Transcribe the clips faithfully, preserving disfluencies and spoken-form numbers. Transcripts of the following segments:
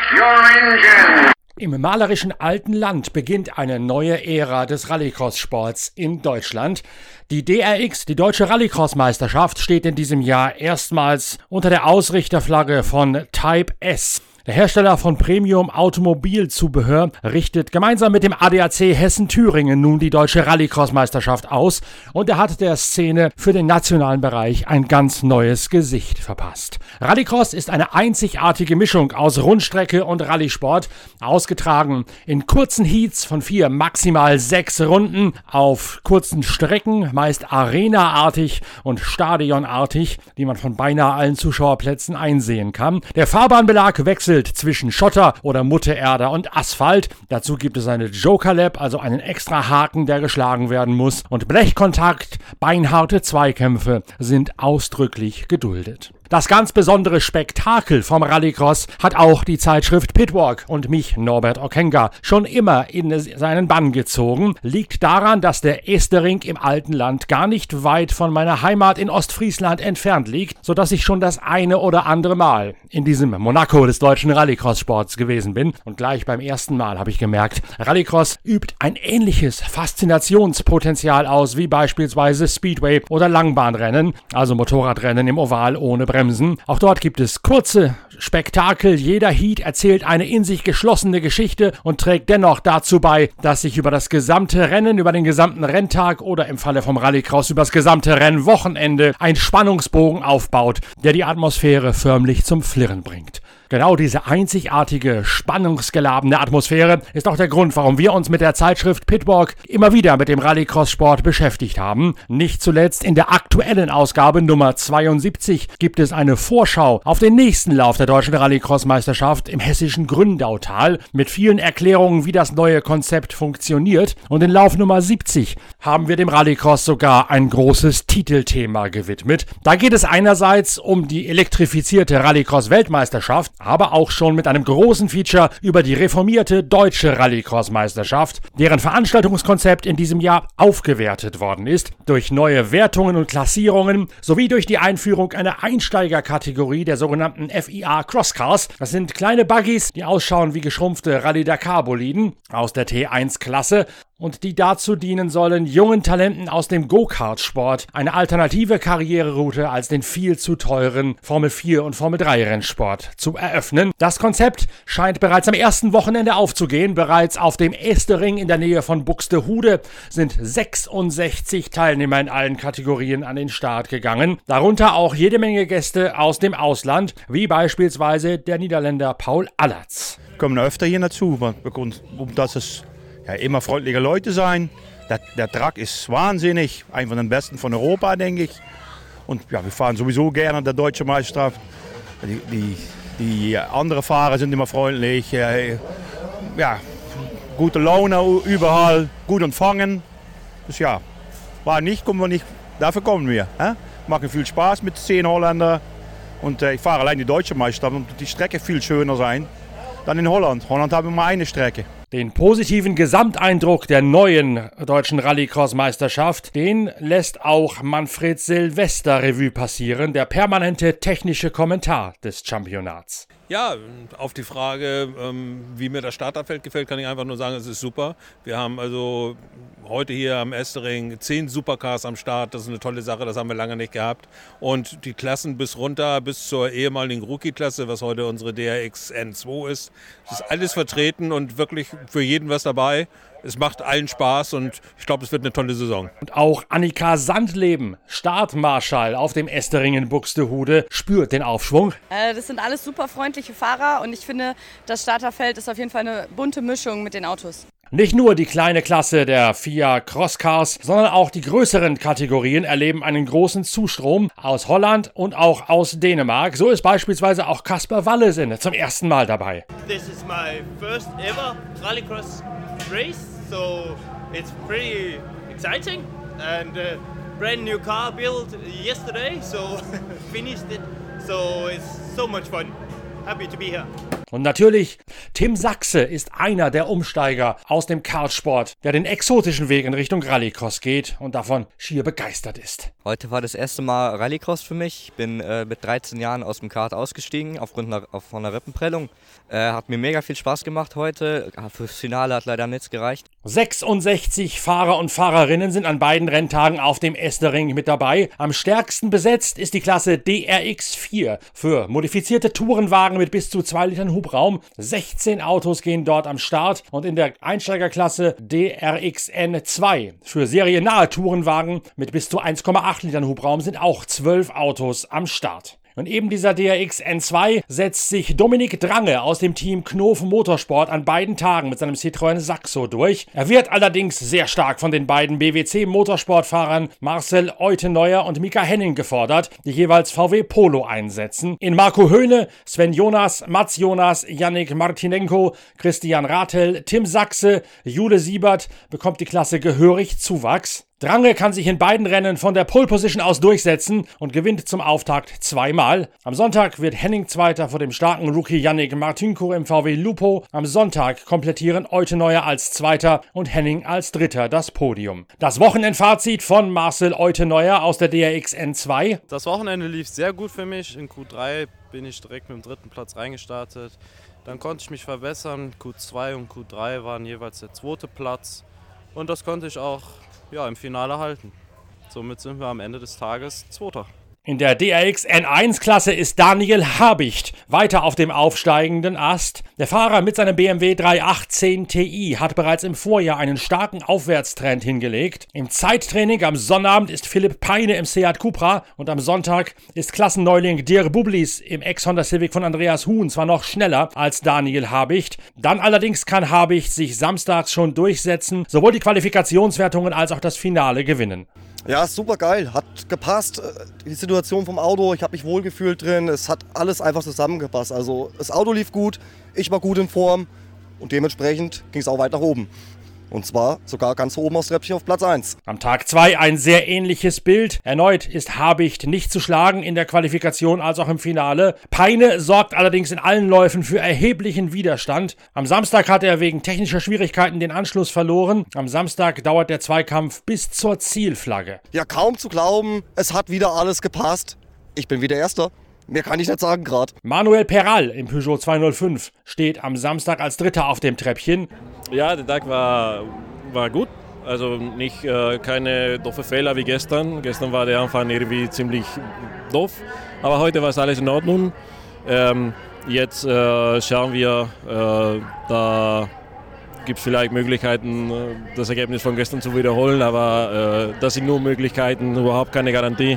your engine. Im malerischen alten Land beginnt eine neue Ära des Rallycross-Sports in Deutschland. Die D R X, die Deutsche Rallycross-Meisterschaft, steht in diesem Jahr erstmals unter der Ausrichterflagge von Type S. Der Hersteller von Premium-Automobilzubehör richtet gemeinsam mit dem A D A C Hessen-Thüringen nun die Deutsche Rallycross-Meisterschaft aus und er hat der Szene für den nationalen Bereich ein ganz neues Gesicht verpasst. Rallycross ist eine einzigartige Mischung aus Rundstrecke und Rallysport, ausgetragen in kurzen Heats von vier, maximal sechs Runden auf kurzen Strecken, meist arenaartig und stadionartig, die man von beinahe allen Zuschauerplätzen einsehen kann. Der Fahrbahnbelag wechselt zwischen Schotter oder Mutter Erde und Asphalt. Dazu gibt es eine Joker Lap, also einen extra Haken, der geschlagen werden muss. Und Blechkontakt, beinharte Zweikämpfe sind ausdrücklich geduldet. Das ganz besondere Spektakel vom Rallycross hat auch die Zeitschrift Pitwalk und mich, Norbert Okenga, schon immer in seinen Bann gezogen. Liegt daran, dass der Estering im alten Land gar nicht weit von meiner Heimat in Ostfriesland entfernt liegt, sodass ich schon das eine oder andere Mal in diesem Monaco des deutschen Rallycross-Sports gewesen bin. Und gleich beim ersten Mal habe ich gemerkt, Rallycross übt ein ähnliches Faszinationspotenzial aus wie beispielsweise Speedway oder Langbahnrennen, also Motorradrennen im Oval ohne Bremsen. Auch dort gibt es kurze Spektakel. Jeder Heat erzählt eine in sich geschlossene Geschichte und trägt dennoch dazu bei, dass sich über das gesamte Rennen, über den gesamten Renntag oder im Falle vom Rallycross über das gesamte Rennwochenende ein Spannungsbogen aufbaut, der die Atmosphäre förmlich zum Flirren bringt. Genau diese einzigartige, spannungsgeladene Atmosphäre ist auch der Grund, warum wir uns mit der Zeitschrift Pitwalk immer wieder mit dem Rallycross-Sport beschäftigt haben. Nicht zuletzt in der aktuellen Ausgabe Nummer zweiundsiebzig gibt es eine Vorschau auf den nächsten Lauf der deutschen Rallycross-Meisterschaft im hessischen Gründautal mit vielen Erklärungen, wie das neue Konzept funktioniert. Und in Lauf Nummer siebzig haben wir dem Rallycross sogar ein großes Titelthema gewidmet. Da geht es einerseits um die elektrifizierte Rallycross-Weltmeisterschaft, aber auch schon mit einem großen Feature über die reformierte deutsche Rallycross-Meisterschaft, deren Veranstaltungskonzept in diesem Jahr aufgewertet worden ist, durch neue Wertungen und Klassierungen, sowie durch die Einführung einer Einsteigerkategorie der sogenannten F I A Crosscars. Das sind kleine Buggies, die ausschauen wie geschrumpfte Rallye-Dakar-Boliden aus der T eins Klasse und die dazu dienen sollen, jungen Talenten aus dem Go-Kart-Sport eine alternative Karriereroute als den viel zu teuren Formel vier und Formel drei Rennsport zu eröffnen. Das Konzept scheint bereits am ersten Wochenende aufzugehen. Bereits auf dem Estering in der Nähe von Buxtehude sind sechsundsechzig Teilnehmer in allen Kategorien an den Start gegangen. Darunter auch jede Menge Gäste aus dem Ausland, wie beispielsweise der Niederländer Paul Allatz. Wir kommen öfter hier dazu, um dass es ja, immer freundliche Leute sein. Der, der Truck ist wahnsinnig, einer von den besten von Europa, denke ich. Und ja, wir fahren sowieso gerne der deutsche Meisterschaft. Die, die, die anderen Fahrer sind immer freundlich. Ja, gute Laune überall, gut empfangen. Dus ja, war nicht, kommen wir nicht, dafür kommen wir. Hè? Machen viel Spaß mit zehn Holländern. Und äh, ich fahre allein die deutsche Meisterschaft und die Strecke viel schöner sein dann in Holland. Holland haben wir mal eine Strecke. Den positiven Gesamteindruck der neuen deutschen Rallycross-Meisterschaft, den lässt auch Manfred Silvester Revue passieren, der permanente technische Kommentar des Championats. Ja, auf die Frage, wie mir das Starterfeld gefällt, kann ich einfach nur sagen, es ist super. Wir haben also heute hier am Estering zehn Supercars am Start. Das ist eine tolle Sache, das haben wir lange nicht gehabt. Und die Klassen bis runter, bis zur ehemaligen Rookie-Klasse, was heute unsere D R X N zwei ist, das ist alles vertreten und wirklich für jeden was dabei. Es macht allen Spaß und ich glaube, es wird eine tolle Saison. Und auch Annika Sandleben, Startmarschall auf dem Estering in Buxtehude, spürt den Aufschwung. Äh, das sind alles super freundliche Fahrer und ich finde, das Starterfeld ist auf jeden Fall eine bunte Mischung mit den Autos. Nicht nur die kleine Klasse der F I A Crosscars, sondern auch die größeren Kategorien erleben einen großen Zustrom aus Holland und auch aus Dänemark. So ist beispielsweise auch Kasper Wallesen zum ersten Mal dabei. This is my first ever Rallycross race, so it's pretty exciting and uh, brand new car built yesterday, so finished it, so it's so much fun. Happy to be here. Und natürlich Tim Sachse ist einer der Umsteiger aus dem Kartsport, der den exotischen Weg in Richtung Rallycross geht und davon schier begeistert ist. Heute war das erste Mal Rallycross für mich. Ich bin äh, mit dreizehn Jahren aus dem Kart ausgestiegen aufgrund einer, auf, von einer Rippenprellung. Äh, hat mir mega viel Spaß gemacht heute. Fürs Finale hat leider nichts gereicht. sechsundsechzig Fahrer und Fahrerinnen sind an beiden Renntagen auf dem Estering mit dabei. Am stärksten besetzt ist die Klasse D R X vier für modifizierte Tourenwagen mit bis zu zwei Litern Hubraum. sechzehn Autos gehen dort am Start und in der Einsteigerklasse D R X N zwei für seriennahe Tourenwagen mit bis zu eins Komma acht Litern Hubraum sind auch zwölf Autos am Start. Und eben dieser D R X N zwei setzt sich Dominik Drange aus dem Team Knof Motorsport an beiden Tagen mit seinem Citroën Saxo durch. Er wird allerdings sehr stark von den beiden B W C Motorsportfahrern Marcel Euteneuer und Mika Henning gefordert, die jeweils V W Polo einsetzen. In Marco Höhne, Sven Jonas, Mats Jonas, Yannick Martinenko, Christian Rathel, Tim Sachse, Jule Siebert bekommt die Klasse gehörig Zuwachs. Drange kann sich in beiden Rennen von der Pole Position aus durchsetzen und gewinnt zum Auftakt zweimal. Am Sonntag wird Henning Zweiter vor dem starken Rookie Yannick Martinko im V W Lupo. Am Sonntag komplettieren Euteneuer als Zweiter und Henning als Dritter das Podium. Das Wochenendfazit von Marcel Euteneuer aus der D R X N zwei. Das Wochenende lief sehr gut für mich. In Q drei bin ich direkt mit dem dritten Platz reingestartet. Dann konnte ich mich verbessern. Q zwei und Q drei waren jeweils der zweite Platz. Und das konnte ich auch ja, im Finale halten. Somit sind wir am Ende des Tages Zweiter. In der D R X N eins Klasse ist Daniel Habicht weiter auf dem aufsteigenden Ast. Der Fahrer mit seinem B M W drei achtzehn T I hat bereits im Vorjahr einen starken Aufwärtstrend hingelegt. Im Zeittraining am Sonnabend ist Philipp Peine im Seat Cupra und am Sonntag ist Klassenneuling Dirk Bublis im Ex-Honda Civic von Andreas Huhn zwar noch schneller als Daniel Habicht. Dann allerdings kann Habicht sich samstags schon durchsetzen, sowohl die Qualifikationswertungen als auch das Finale gewinnen. Ja, super geil, hat gepasst, die Situation vom Auto, ich habe mich wohlgefühlt drin, es hat alles einfach zusammengepasst. Also das Auto lief gut, ich war gut in Form und dementsprechend ging es auch weit nach oben. Und zwar sogar ganz oben aufs Treppchen auf Platz eins. Am Tag zwei ein sehr ähnliches Bild. Erneut ist Habicht nicht zu schlagen in der Qualifikation als auch im Finale. Peine sorgt allerdings in allen Läufen für erheblichen Widerstand. Am Samstag hat er wegen technischer Schwierigkeiten den Anschluss verloren. Am Samstag dauert der Zweikampf bis zur Zielflagge. Ja, kaum zu glauben, es hat wieder alles gepasst. Ich bin wieder Erster. Mehr kann ich nicht sagen gerade. Manuel Peral im Peugeot zweihundertfünf steht am Samstag als Dritter auf dem Treppchen. Ja, der Tag war, war gut. Also nicht äh, keine doofe Fehler wie gestern. Gestern war der Anfang irgendwie ziemlich doof. Aber heute war es alles in Ordnung. Ähm, jetzt äh, schauen wir, äh, da gibt es vielleicht Möglichkeiten, das Ergebnis von gestern zu wiederholen. Aber äh, das sind nur Möglichkeiten, überhaupt keine Garantie.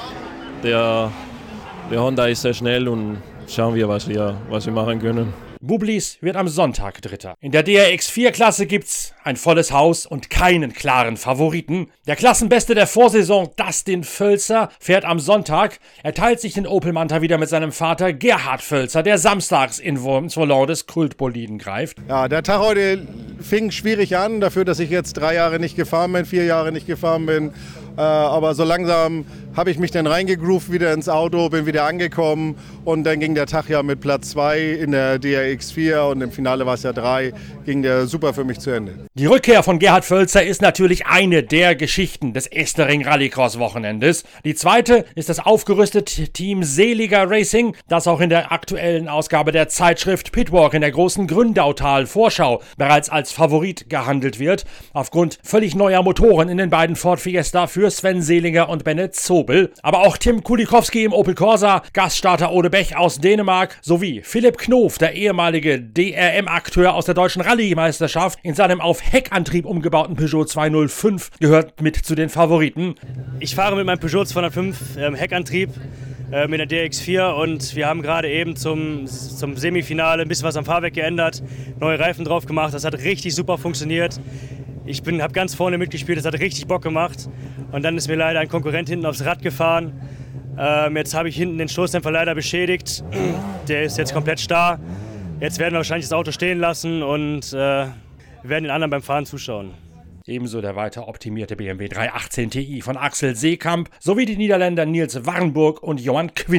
Der Der Honda ist sehr schnell und schauen wir, was wir, was wir machen können. Bublis wird am Sonntag Dritter. In der D R X vier Klasse gibt's ein volles Haus und keinen klaren Favoriten. Der Klassenbeste der Vorsaison, Dustin Völzer, fährt am Sonntag. Er teilt sich den Opel Manta wieder mit seinem Vater Gerhard Völzer, der samstags ins Volant des Kultboliden greift. Ja, der Tag heute fing schwierig an, dafür, dass ich jetzt drei Jahre nicht gefahren bin, vier Jahre nicht gefahren bin. Äh, aber so langsam habe ich mich dann reingegroovt wieder ins Auto, bin wieder angekommen und dann ging der Tag ja mit Platz zwei in der D R X vier und im Finale war es ja drei, ging der super für mich zu Ende. Die Rückkehr von Gerhard Völzer ist natürlich eine der Geschichten des Estering Rallycross Wochenendes. Die zweite ist das aufgerüstete Team Seliger Racing, das auch in der aktuellen Ausgabe der Zeitschrift Pitwalk in der großen Gründautal Vorschau bereits als Favorit gehandelt wird, aufgrund völlig neuer Motoren in den beiden Ford Fiesta für Sven Seliger und Bennett Zobel. Aber auch Tim Kulikowski im Opel Corsa, Gaststarter Ode Bech aus Dänemark sowie Philipp Knof, der ehemalige D R M-Akteur aus der deutschen Rallye-Meisterschaft, in seinem auf Heckantrieb umgebauten Peugeot zweihundertfünf gehört mit zu den Favoriten. Ich fahre mit meinem Peugeot zweihundertfünf ähm, Heckantrieb äh, mit der D R X vier und wir haben gerade eben zum, zum Semifinale ein bisschen was am Fahrwerk geändert, neue Reifen drauf gemacht, das hat richtig super funktioniert. Ich habe ganz vorne mitgespielt, das hat richtig Bock gemacht und dann ist mir leider ein Konkurrent hinten aufs Rad gefahren. Ähm, jetzt habe ich hinten den Stoßdämpfer leider beschädigt, der ist jetzt komplett starr. Jetzt werden wir wahrscheinlich das Auto stehen lassen und äh, wir werden den anderen beim Fahren zuschauen. Ebenso der weiter optimierte B M W drei achtzehn T I von Axel Seekamp sowie die Niederländer Niels Warnburg und Johan Quinten.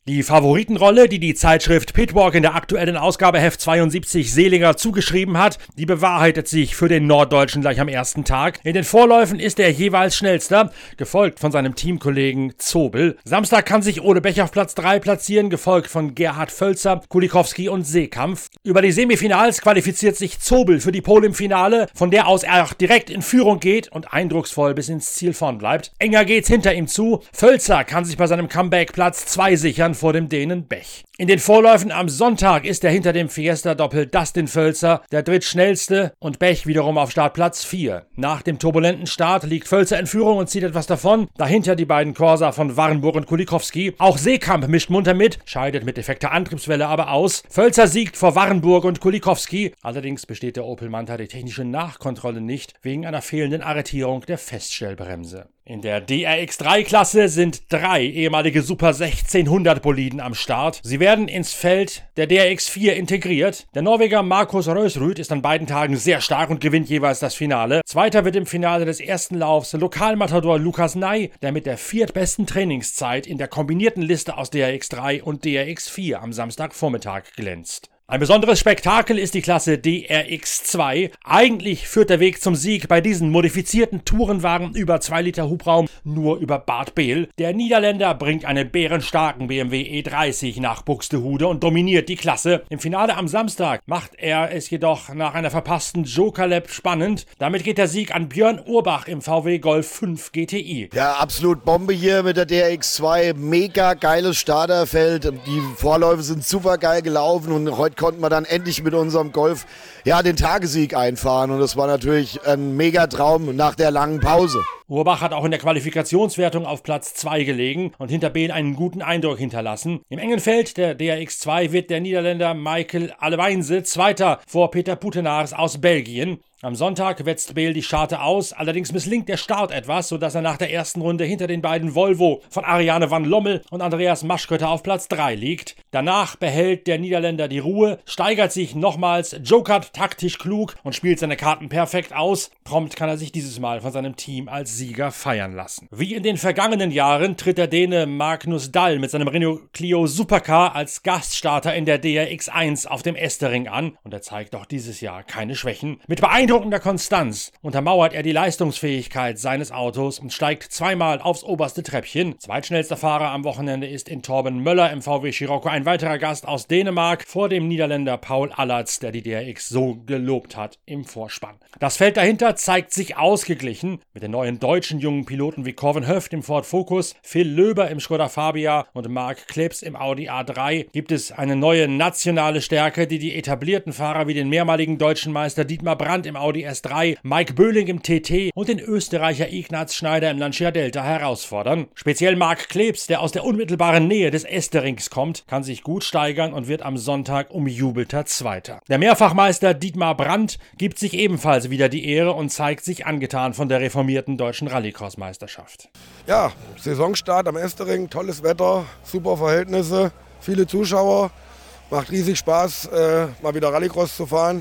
Die Favoritenrolle, die die Zeitschrift Pitwalk in der aktuellen Ausgabe Heft zweiundsiebzig Selinger zugeschrieben hat, die bewahrheitet sich für den Norddeutschen gleich am ersten Tag. In den Vorläufen ist er jeweils schnellster, gefolgt von seinem Teamkollegen Zobel. Samstag kann sich Ole Bech auf Platz drei platzieren, gefolgt von Gerhard Völzer, Kulikowski und Seekampf. Über die Semifinals qualifiziert sich Zobel für die Pole im Finale, von der aus er auch direkt in Führung geht und eindrucksvoll bis ins Ziel vorn bleibt. Enger geht's hinter ihm zu. Völzer kann sich bei seinem Comeback Platz zwei sichern vor dem Dänen Bech. In den Vorläufen am Sonntag ist er hinter dem Fiesta-Doppel Dustin Völzer der drittschnellste und Bech wiederum auf Startplatz vier. Nach dem turbulenten Start liegt Völzer in Führung und zieht etwas davon. Dahinter die beiden Corsa von Warnburg und Kulikowski. Auch Seekamp mischt munter mit, scheidet mit defekter Antriebswelle aber aus. Völzer siegt vor Warnburg und Kulikowski. Allerdings besteht der Opel Manta die technische Nachkontrolle nicht, wegen einer fehlenden Arretierung der Feststellbremse. In der D R X drei Klasse sind drei ehemalige Super sechzehnhundert Boliden am Start. Sie werden ins Feld der D R X vier integriert. Der Norweger Markus Røsrud ist an beiden Tagen sehr stark und gewinnt jeweils das Finale. Zweiter wird im Finale des ersten Laufs Lokalmatador Lukas Ney, der mit der viertbesten Trainingszeit in der kombinierten Liste aus D R X drei und D R X vier am Samstagvormittag glänzt. Ein besonderes Spektakel ist die Klasse D R X zwei. Eigentlich führt der Weg zum Sieg bei diesen modifizierten Tourenwagen über zwei Liter Hubraum nur über Bart Behl. Der Niederländer bringt einen bärenstarken B M W E dreißig nach Buxtehude und dominiert die Klasse. Im Finale am Samstag macht er es jedoch nach einer verpassten Joker-Lap spannend. Damit geht der Sieg an Björn Urbach im V W Golf fünf G T I. Ja, absolut Bombe hier mit der D R X zwei. Mega geiles Starterfeld. Die Vorläufe sind super geil gelaufen und heute konnten wir dann endlich mit unserem Golf ja, den Tagessieg einfahren und das war natürlich ein Megatraum nach der langen Pause. Urbach hat auch in der Qualifikationswertung auf Platz zwei gelegen und hinter Behl einen guten Eindruck hinterlassen. Im engen Feld der D R X zwei wird der Niederländer Michael Alleweinse Zweiter vor Peter Putenaars aus Belgien. Am Sonntag wetzt Behl die Scharte aus, allerdings misslingt der Start etwas, sodass er nach der ersten Runde hinter den beiden Volvo von Ariane van Lommel und Andreas Maschkötter auf Platz drei liegt. Danach behält der Niederländer die Ruhe, steigert sich nochmals, jokert taktisch klug und spielt seine Karten perfekt aus. Prompt kann er sich dieses Mal von seinem Team als Sieger feiern lassen. Wie in den vergangenen Jahren tritt der Däne Magnus Dahl mit seinem Renault Clio Supercar als Gaststarter in der D R X eins auf dem Estering an und er zeigt auch dieses Jahr keine Schwächen. Mit beeindruckender Konstanz untermauert er die Leistungsfähigkeit seines Autos und steigt zweimal aufs oberste Treppchen. Zweitschnellster Fahrer am Wochenende ist in Torben Möller im V W Scirocco ein weiterer Gast aus Dänemark vor dem Niederländer Paul Allards, der die D R X so gelobt hat im Vorspann. Das Feld dahinter zeigt sich ausgeglichen mit den neuen deutschen jungen Piloten wie Corwin Höft im Ford Focus, Phil Löber im Skoda Fabia und Mark Klebs im Audi A drei. Gibt es eine neue nationale Stärke, die die etablierten Fahrer wie den mehrmaligen deutschen Meister Dietmar Brandt im Audi S drei, Mike Böhling im T T und den Österreicher Ignaz Schneider im Lancia Delta herausfordern. Speziell Mark Klebs, der aus der unmittelbaren Nähe des Esterings kommt, kann sich gut steigern und wird am Sonntag umjubelter Zweiter. Der Mehrfachmeister Dietmar Brandt gibt sich ebenfalls wieder die Ehre und zeigt sich angetan von der reformierten deutschen Rallycross-Meisterschaft. Ja, Saisonstart am Estering, tolles Wetter, super Verhältnisse, viele Zuschauer, macht riesig Spaß, äh, mal wieder Rallycross zu fahren.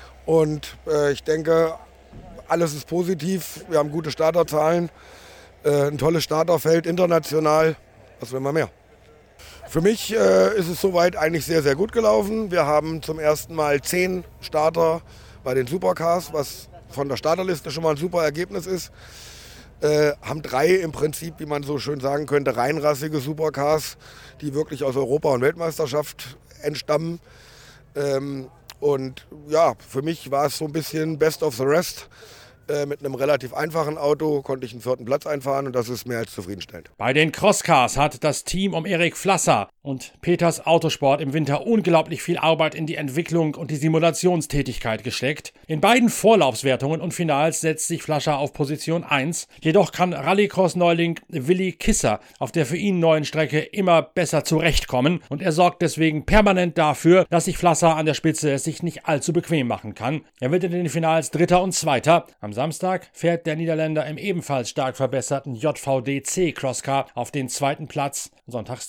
Und äh, ich denke, alles ist positiv. Wir haben gute Starterzahlen, äh, ein tolles Starterfeld international. Was will man mehr? Für mich äh, ist es soweit eigentlich sehr, sehr gut gelaufen. Wir haben zum ersten Mal zehn Starter bei den Supercars, was von der Starterliste schon mal ein super Ergebnis ist. Äh, haben drei im Prinzip, wie man so schön sagen könnte, reinrassige Supercars, die wirklich aus Europa- und Weltmeisterschaft entstammen. Ähm, Und ja, für mich war es so ein bisschen Best of the Rest. Äh, mit einem relativ einfachen Auto konnte ich einen vierten Platz einfahren und das ist mehr als zufriedenstellend. Bei den Crosscars hat das Team um Erik Flasser und Peters Autosport im Winter unglaublich viel Arbeit in die Entwicklung und die Simulationstätigkeit gesteckt. In beiden Vorlaufswertungen und Finals setzt sich Flasser auf Position eins. Jedoch kann Rallycross-Neuling Willi Kisser auf der für ihn neuen Strecke immer besser zurechtkommen und er sorgt deswegen permanent dafür, dass sich Flasser an der Spitze es sich nicht allzu bequem machen kann. Er wird in den Finals Dritter und Zweiter. Am Samstag fährt der Niederländer im ebenfalls stark verbesserten J V D C Crosscar auf den zweiten Platz, sonntags Dritter.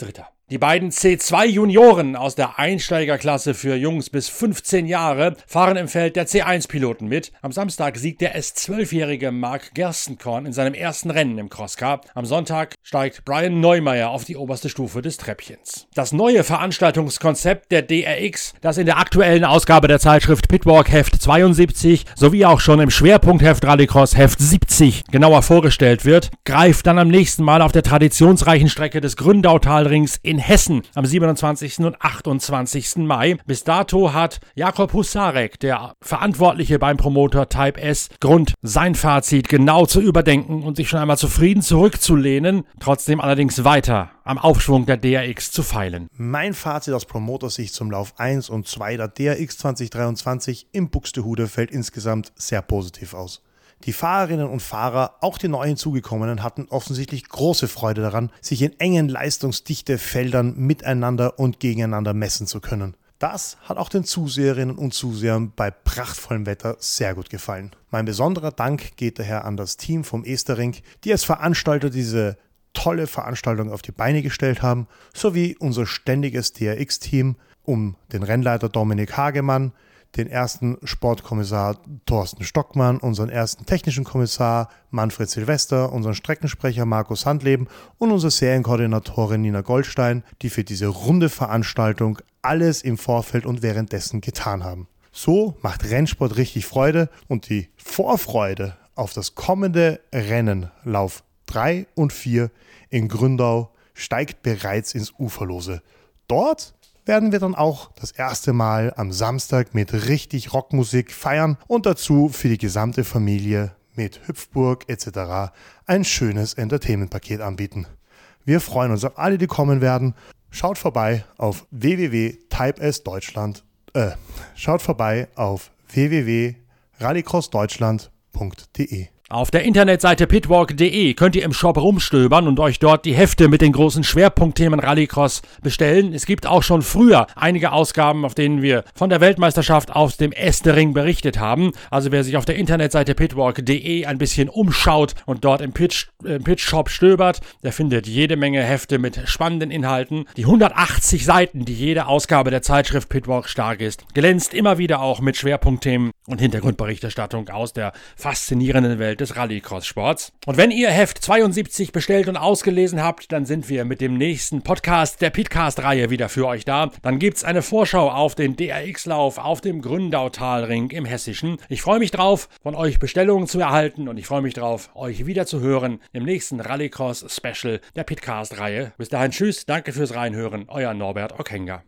Die beiden C zwei Junioren aus der Einsteigerklasse für Jungs bis fünfzehn Jahre fahren im Feld der C eins Piloten mit. Am Samstag siegt der S zwölf-jährige Mark Gerstenkorn in seinem ersten Rennen im Crosscar. Am Sonntag steigt Brian Neumeier auf die oberste Stufe des Treppchens. Das neue Veranstaltungskonzept der D R X, das in der aktuellen Ausgabe der Zeitschrift Pitwalk Heft zweiundsiebzig sowie auch schon im Schwerpunktheft Rallycross Heft siebzig genauer vorgestellt wird, greift dann am nächsten Mal auf der traditionsreichen Strecke des Gründautalrings in Hessen am siebenundzwanzigsten und achtundzwanzigsten Mai. Bis dato hat Jakob Husarek, der Verantwortliche beim Promoter Type S, Grund, sein Fazit genau zu überdenken und sich schon einmal zufrieden zurückzulehnen, trotzdem allerdings weiter am Aufschwung der D R X zu feilen. Mein Fazit aus Promotersicht zum Lauf eins und zwei der D R X zwanzig dreiundzwanzig im Buxtehude fällt insgesamt sehr positiv aus. Die Fahrerinnen und Fahrer, auch die neu hinzugekommenen, hatten offensichtlich große Freude daran, sich in engen, leistungsdichten Feldern miteinander und gegeneinander messen zu können. Das hat auch den Zuseherinnen und Zusehern bei prachtvollem Wetter sehr gut gefallen. Mein besonderer Dank geht daher an das Team vom Estering, die als Veranstalter diese tolle Veranstaltung auf die Beine gestellt haben, sowie unser ständiges D R X-Team um den Rennleiter Dominik Hagemann, den ersten Sportkommissar Thorsten Stockmann, unseren ersten technischen Kommissar Manfred Silvester, unseren Streckensprecher Markus Handleben und unsere Serienkoordinatorin Nina Goldstein, die für diese runde Veranstaltung alles im Vorfeld und währenddessen getan haben. So macht Rennsport richtig Freude und die Vorfreude auf das kommende Rennen Lauf drei und vier in Gründau steigt bereits ins Uferlose. Dort werden wir dann auch das erste Mal am Samstag mit richtig Rockmusik feiern und dazu für die gesamte Familie mit Hüpfburg et cetera ein schönes Entertainment-Paket anbieten. Wir freuen uns auf alle, die kommen werden. Schaut vorbei auf w w w punkt type s deutschland äh, schaut vorbei auf w w w punkt rallycross deutschland punkt d e. Auf der Internetseite pitwalk punkt d e könnt ihr im Shop rumstöbern und euch dort die Hefte mit den großen Schwerpunktthemen Rallycross bestellen. Es gibt auch schon früher einige Ausgaben, auf denen wir von der Weltmeisterschaft aus dem Estering berichtet haben. Also wer sich auf der Internetseite pitwalk punkt d e ein bisschen umschaut und dort im Pitch, äh, Pitch-Shop stöbert, der findet jede Menge Hefte mit spannenden Inhalten. Die hundertachtzig Seiten, die jede Ausgabe der Zeitschrift Pitwalk stark ist, glänzt immer wieder auch mit Schwerpunktthemen und Hintergrundberichterstattung aus der faszinierenden Welt des Rallycross-Sports. Und wenn ihr Heft zweiundsiebzig bestellt und ausgelesen habt, dann sind wir mit dem nächsten Podcast der Pitcast-Reihe wieder für euch da. Dann gibt's eine Vorschau auf den D R X-Lauf auf dem Gründautalring im Hessischen. Ich freue mich drauf, von euch Bestellungen zu erhalten und ich freue mich drauf, euch wieder zu hören im nächsten Rallycross-Special der Pitcast-Reihe. Bis dahin, tschüss, danke fürs Reinhören, euer Norbert Ockenger.